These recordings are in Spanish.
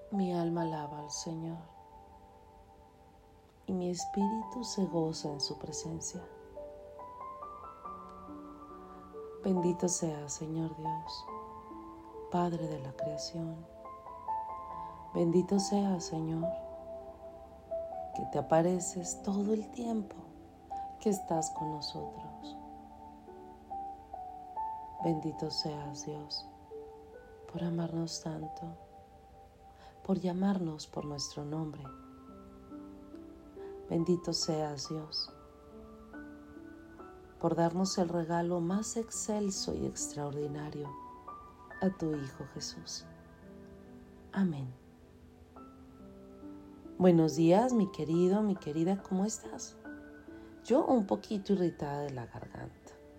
Mi alma alaba al Señor y mi espíritu se goza en su presencia. Bendito sea, Señor Dios, Padre de la creación. Bendito sea, Señor, que te apareces todo el tiempo que estás con nosotros. Bendito seas, Dios, por amarnos tanto, por llamarnos por nuestro nombre. Bendito seas, Dios, por darnos el regalo más excelso y extraordinario, a tu Hijo Jesús. Amén. Buenos días, mi querido, mi querida, ¿cómo estás? Yo un poquito irritada de la garganta.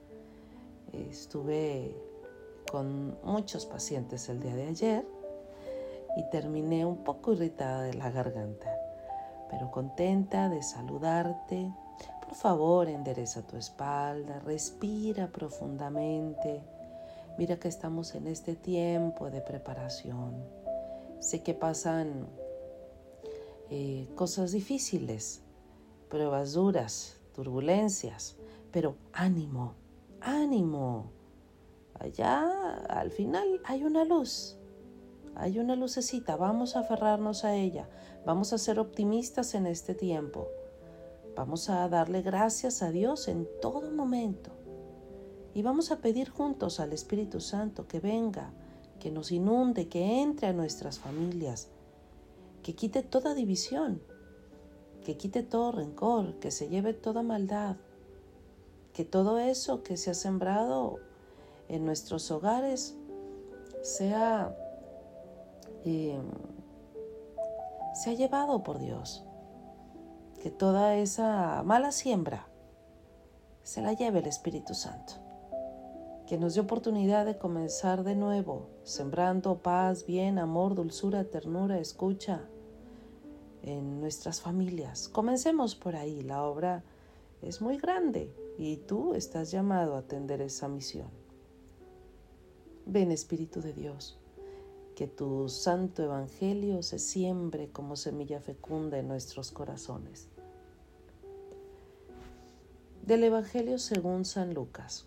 Estuve con muchos pacientes el día de ayer y terminé un poco irritada de la garganta, pero contenta de saludarte. Por favor, endereza tu espalda, respira profundamente. Mira que estamos en este tiempo de preparación. Sé que pasan cosas difíciles, pruebas duras, turbulencias, pero ánimo, ánimo. Allá al final hay una luz, hay una lucecita, vamos a aferrarnos a ella, vamos a ser optimistas en este tiempo, vamos a darle gracias a Dios en todo momento y vamos a pedir juntos al Espíritu Santo que venga, que nos inunde, que entre a nuestras familias, que quite toda división, que quite todo rencor, que se lleve toda maldad, que todo eso que se ha sembrado en nuestros hogares sea llevado por Dios, que toda esa mala siembra se la lleve el Espíritu Santo, que nos dé oportunidad de comenzar de nuevo, sembrando paz, bien, amor, dulzura, ternura, escucha en nuestras familias. Comencemos por ahí, la obra es muy grande y tú estás llamado a atender esa misión. Ven, Espíritu de Dios, que tu santo evangelio se siembre como semilla fecunda en nuestros corazones. Del Evangelio según San Lucas.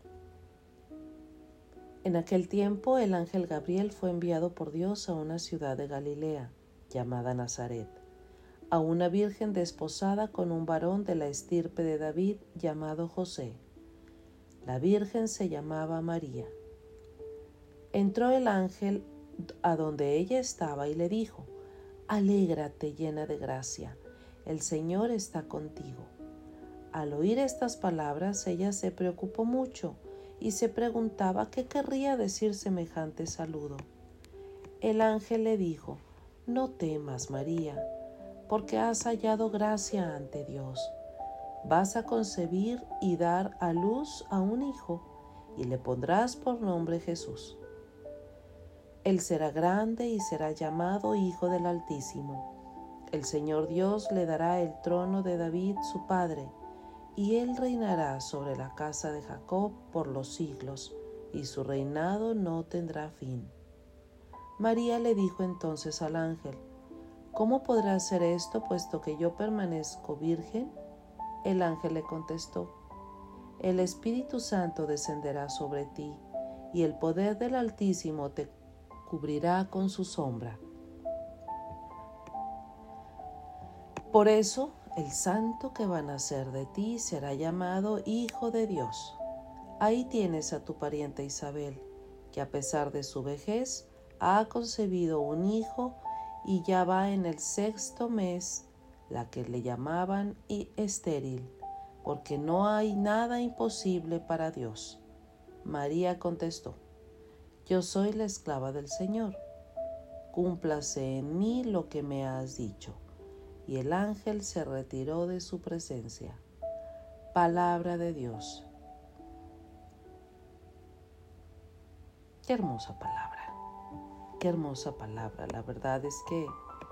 En aquel tiempo el ángel Gabriel fue enviado por Dios a una ciudad de Galilea, llamada Nazaret, a una virgen desposada con un varón de la estirpe de David llamado José. La virgen se llamaba María. Entró el ángel a donde ella estaba y le dijo: «Alégrate, llena de gracia, el Señor está contigo». Al oír estas palabras, ella se preocupó mucho y se preguntaba qué querría decir semejante saludo. El ángel le dijo: «No temas, María, porque has hallado gracia ante Dios. Vas a concebir y dar a luz a un hijo, y le pondrás por nombre Jesús. Él será grande y será llamado Hijo del Altísimo. El Señor Dios le dará el trono de David, su padre, y él reinará sobre la casa de Jacob por los siglos, y su reinado no tendrá fin». María le dijo entonces al ángel: «¿Cómo podrá ser esto, puesto que yo permanezco virgen?». El ángel le contestó: «El Espíritu Santo descenderá sobre ti, y el poder del Altísimo te cubrirá con su sombra. Por eso, el santo que va a nacer de ti será llamado Hijo de Dios. Ahí tienes a tu parienta Isabel, que a pesar de su vejez ha concebido un hijo y ya va en el 6º mes, la que le llamaban estéril, porque no hay nada imposible para Dios». María contestó: «Yo soy la esclava del Señor. Cúmplase en mí lo que me has dicho». Y el ángel se retiró de su presencia. Palabra de Dios. Qué hermosa palabra, qué hermosa palabra. La verdad es que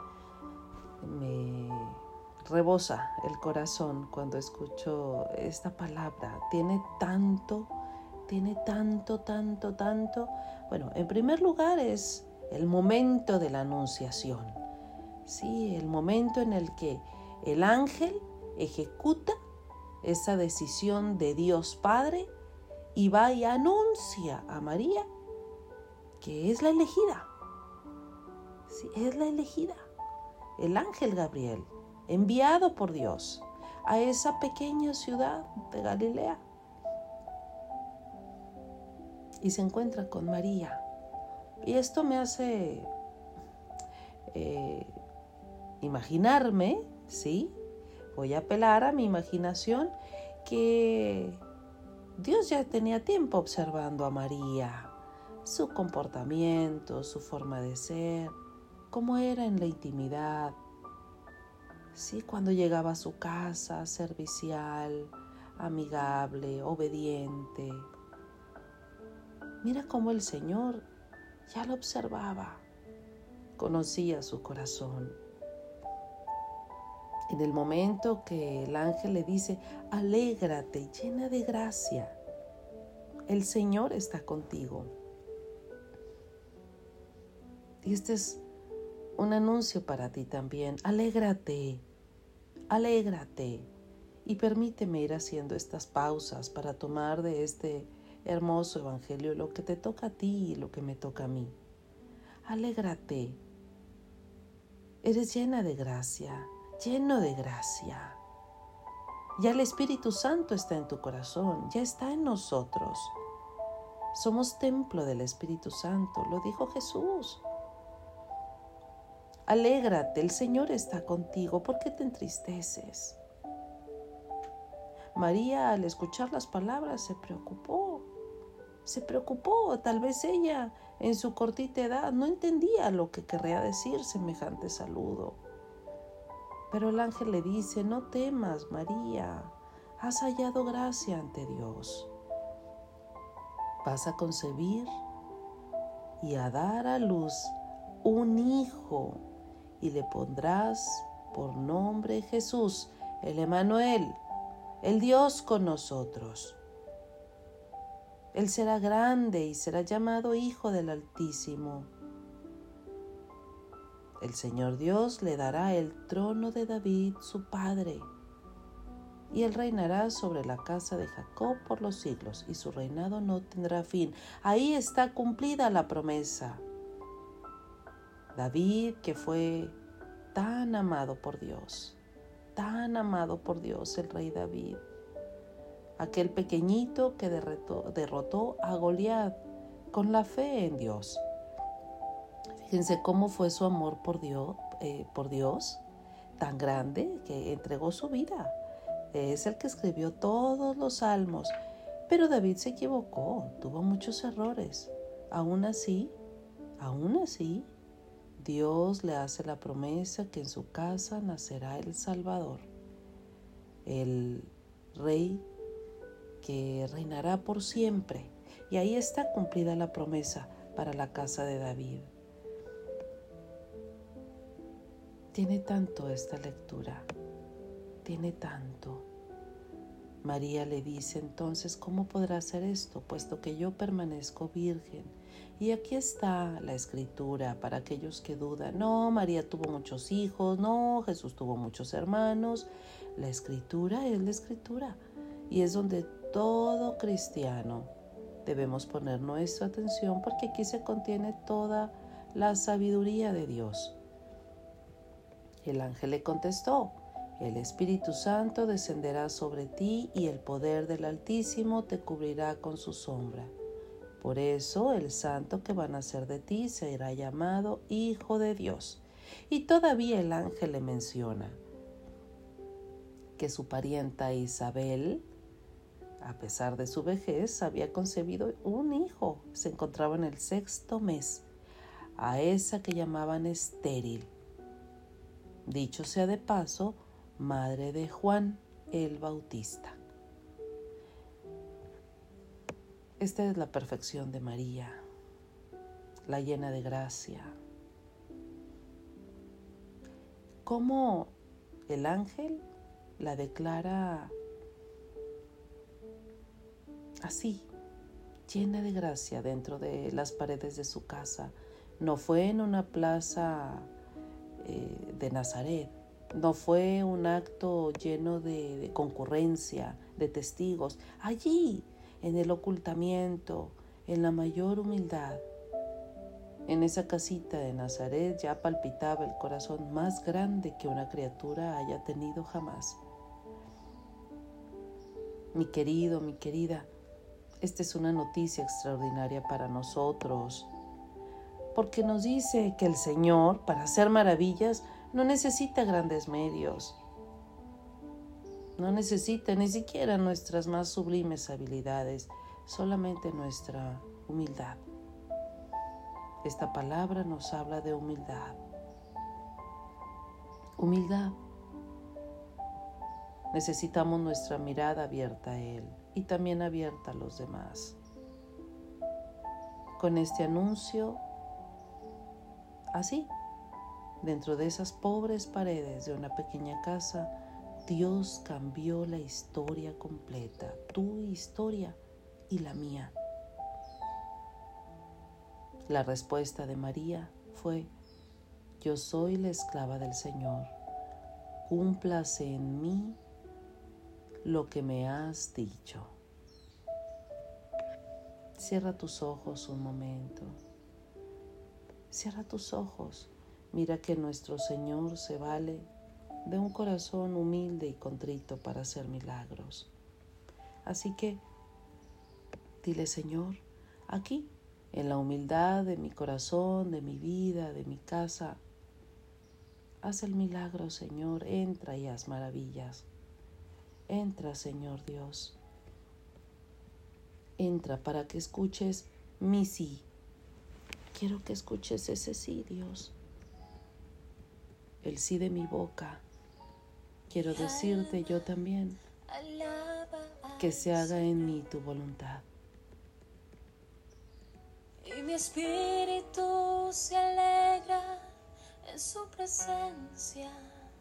me rebosa el corazón cuando escucho esta palabra. Tiene tanto. Bueno, en primer lugar es el momento de la anunciación. Sí, el momento en el que el ángel ejecuta esa decisión de Dios Padre y va y anuncia a María que es la elegida. Sí, es la elegida. El ángel Gabriel, enviado por Dios a esa pequeña ciudad de Galilea. Y se encuentra con María. Y esto me hace imaginarme, ¿sí? Voy a apelar a mi imaginación que Dios ya tenía tiempo observando a María, su comportamiento, su forma de ser, cómo era en la intimidad, ¿sí? Cuando llegaba a su casa, servicial, amigable, obediente. Mira cómo el Señor ya lo observaba, conocía su corazón. En el momento que el ángel le dice, alégrate, llena de gracia, el Señor está contigo. Y este es un anuncio para ti también. Alégrate, alégrate. Y permíteme ir haciendo estas pausas para tomar de este hermoso evangelio lo que te toca a ti y lo que me toca a mí. Alégrate. Eres llena de gracia, lleno de gracia. Ya el Espíritu Santo está en tu corazón, ya está en nosotros. Somos templo del Espíritu Santo, lo dijo Jesús. Alégrate, el Señor está contigo, ¿por qué te entristeces? María, al escuchar las palabras, se preocupó, tal vez ella, en su cortita edad, no entendía lo que querría decir semejante saludo. Pero el ángel le dice, no temas, María, has hallado gracia ante Dios. Vas a concebir y a dar a luz un hijo y le pondrás por nombre Jesús, el Emmanuel, el Dios con nosotros. Él será grande y será llamado Hijo del Altísimo. El Señor Dios le dará el trono de David, su padre, y él reinará sobre la casa de Jacob por los siglos, y su reinado no tendrá fin. Ahí está cumplida la promesa. David, que fue tan amado por Dios, el rey David, aquel pequeñito que derrotó a Goliat con la fe en Dios. Fíjense cómo fue su amor por Dios, tan grande que entregó su vida. Es el que escribió todos los salmos, pero David se equivocó, tuvo muchos errores. Aún así, Dios le hace la promesa que en su casa nacerá el Salvador, el Rey que reinará por siempre. Y ahí está cumplida la promesa para la casa de David. Tiene tanto esta lectura, tiene tanto. María le dice entonces, ¿cómo podrá hacer esto, puesto que yo permanezco virgen? Y aquí está la escritura para aquellos que dudan. No, María tuvo muchos hijos, no, Jesús tuvo muchos hermanos. La escritura es la escritura y es donde todo cristiano debemos poner nuestra atención, porque aquí se contiene toda la sabiduría de Dios. El ángel le contestó, el Espíritu Santo descenderá sobre ti y el poder del Altísimo te cubrirá con su sombra. Por eso el santo que va a nacer de ti será llamado Hijo de Dios. Y todavía el ángel le menciona que su parienta Isabel, a pesar de su vejez, había concebido un hijo. Se encontraba en el 6º mes, a esa que llamaban estéril. Dicho sea de paso, madre de Juan el Bautista. Esta es la perfección de María, la llena de gracia. ¿Cómo el ángel la declara así, llena de gracia dentro de las paredes de su casa, No fue en una plaza de Nazaret. No fue un acto lleno de concurrencia, de testigos. Allí, en el ocultamiento, en la mayor humildad, en esa casita de Nazaret ya palpitaba el corazón más grande que una criatura haya tenido jamás. Mi querido, mi querida, esta es una noticia extraordinaria para nosotros, porque nos dice que el Señor, para hacer maravillas, no necesita grandes medios, no necesita ni siquiera nuestras más sublimes habilidades, solamente nuestra humildad. Esta palabra nos habla de humildad. Humildad. Necesitamos nuestra mirada abierta a Él y también abierta a los demás. Con este anuncio, así, dentro de esas pobres paredes de una pequeña casa, Dios cambió la historia completa, tu historia y la mía. La respuesta de María fue: yo soy la esclava del Señor, cúmplase en mí lo que me has dicho. Cierra tus ojos un momento. Cierra tus ojos. Mira que nuestro Señor se vale de un corazón humilde y contrito para hacer milagros. Así que dile: Señor, aquí, en la humildad de mi corazón, de mi vida, de mi casa, haz el milagro, Señor. Entra y haz maravillas. Entra, Señor Dios. Entra para que escuches mi sí. Quiero que escuches ese sí, Dios. El sí de mi boca. Quiero decirte yo también que se haga en mí tu voluntad. Y mi espíritu se alegra en su presencia,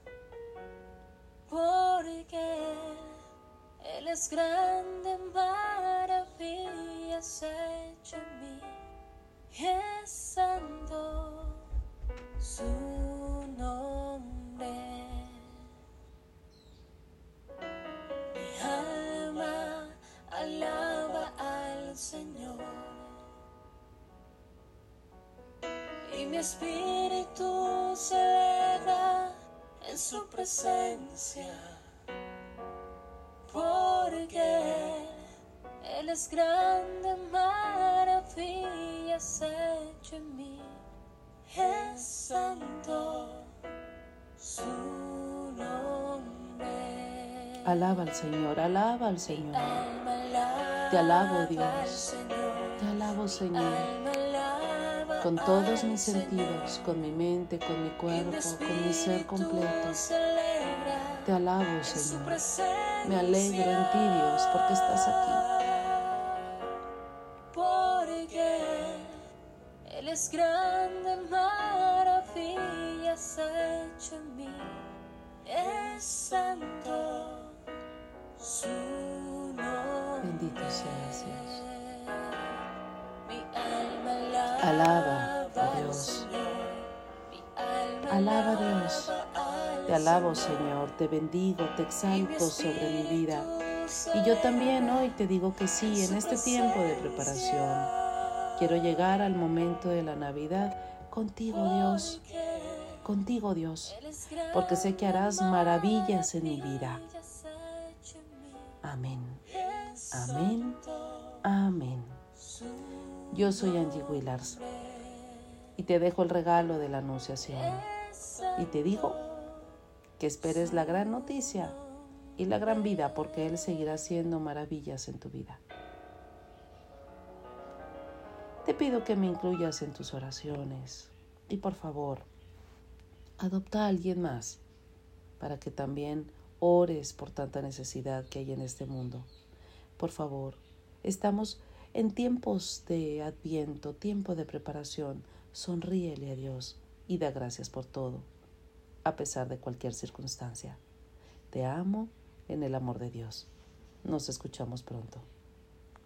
porque Él es grande, maravillas hecho en mí, y es santo su nombre. Mi alma alaba al Señor, y mi espíritu se alegra en su presencia, porque Él es grande, maravillas hecho en mí, es santo su nombre. Alaba al Señor, alaba al Señor. Te alabo, Dios. Te alabo, Señor. Con todos mis sentidos, con mi mente, con mi cuerpo, con mi ser completo. Te alabo, Señor. Me alegro en ti, Dios, porque estás aquí. Porque Él es grande, maravillas hecho en mí, es santo su nombre. Bendito seas, Dios. Mi alma Alaba a Dios. Alaba a Dios. Te alabo, Señor, te bendigo, te exalto sobre mi vida. Y yo también hoy te digo que sí, en este tiempo de preparación. Quiero llegar al momento de la Navidad contigo, Dios. Contigo, Dios. Porque sé que harás maravillas en mi vida. Amén. Amén. Amén. Yo soy Angie Willars y te dejo el regalo de la Anunciación. Y te digo que esperes la gran noticia y la gran vida, porque Él seguirá haciendo maravillas en tu vida. Te pido que me incluyas en tus oraciones y, por favor, adopta a alguien más para que también ores por tanta necesidad que hay en este mundo. Por favor, estamos en tiempos de Adviento, tiempo de preparación. Sonríele a Dios y da gracias por todo, a pesar de cualquier circunstancia. Te amo en el amor de Dios. Nos escuchamos pronto.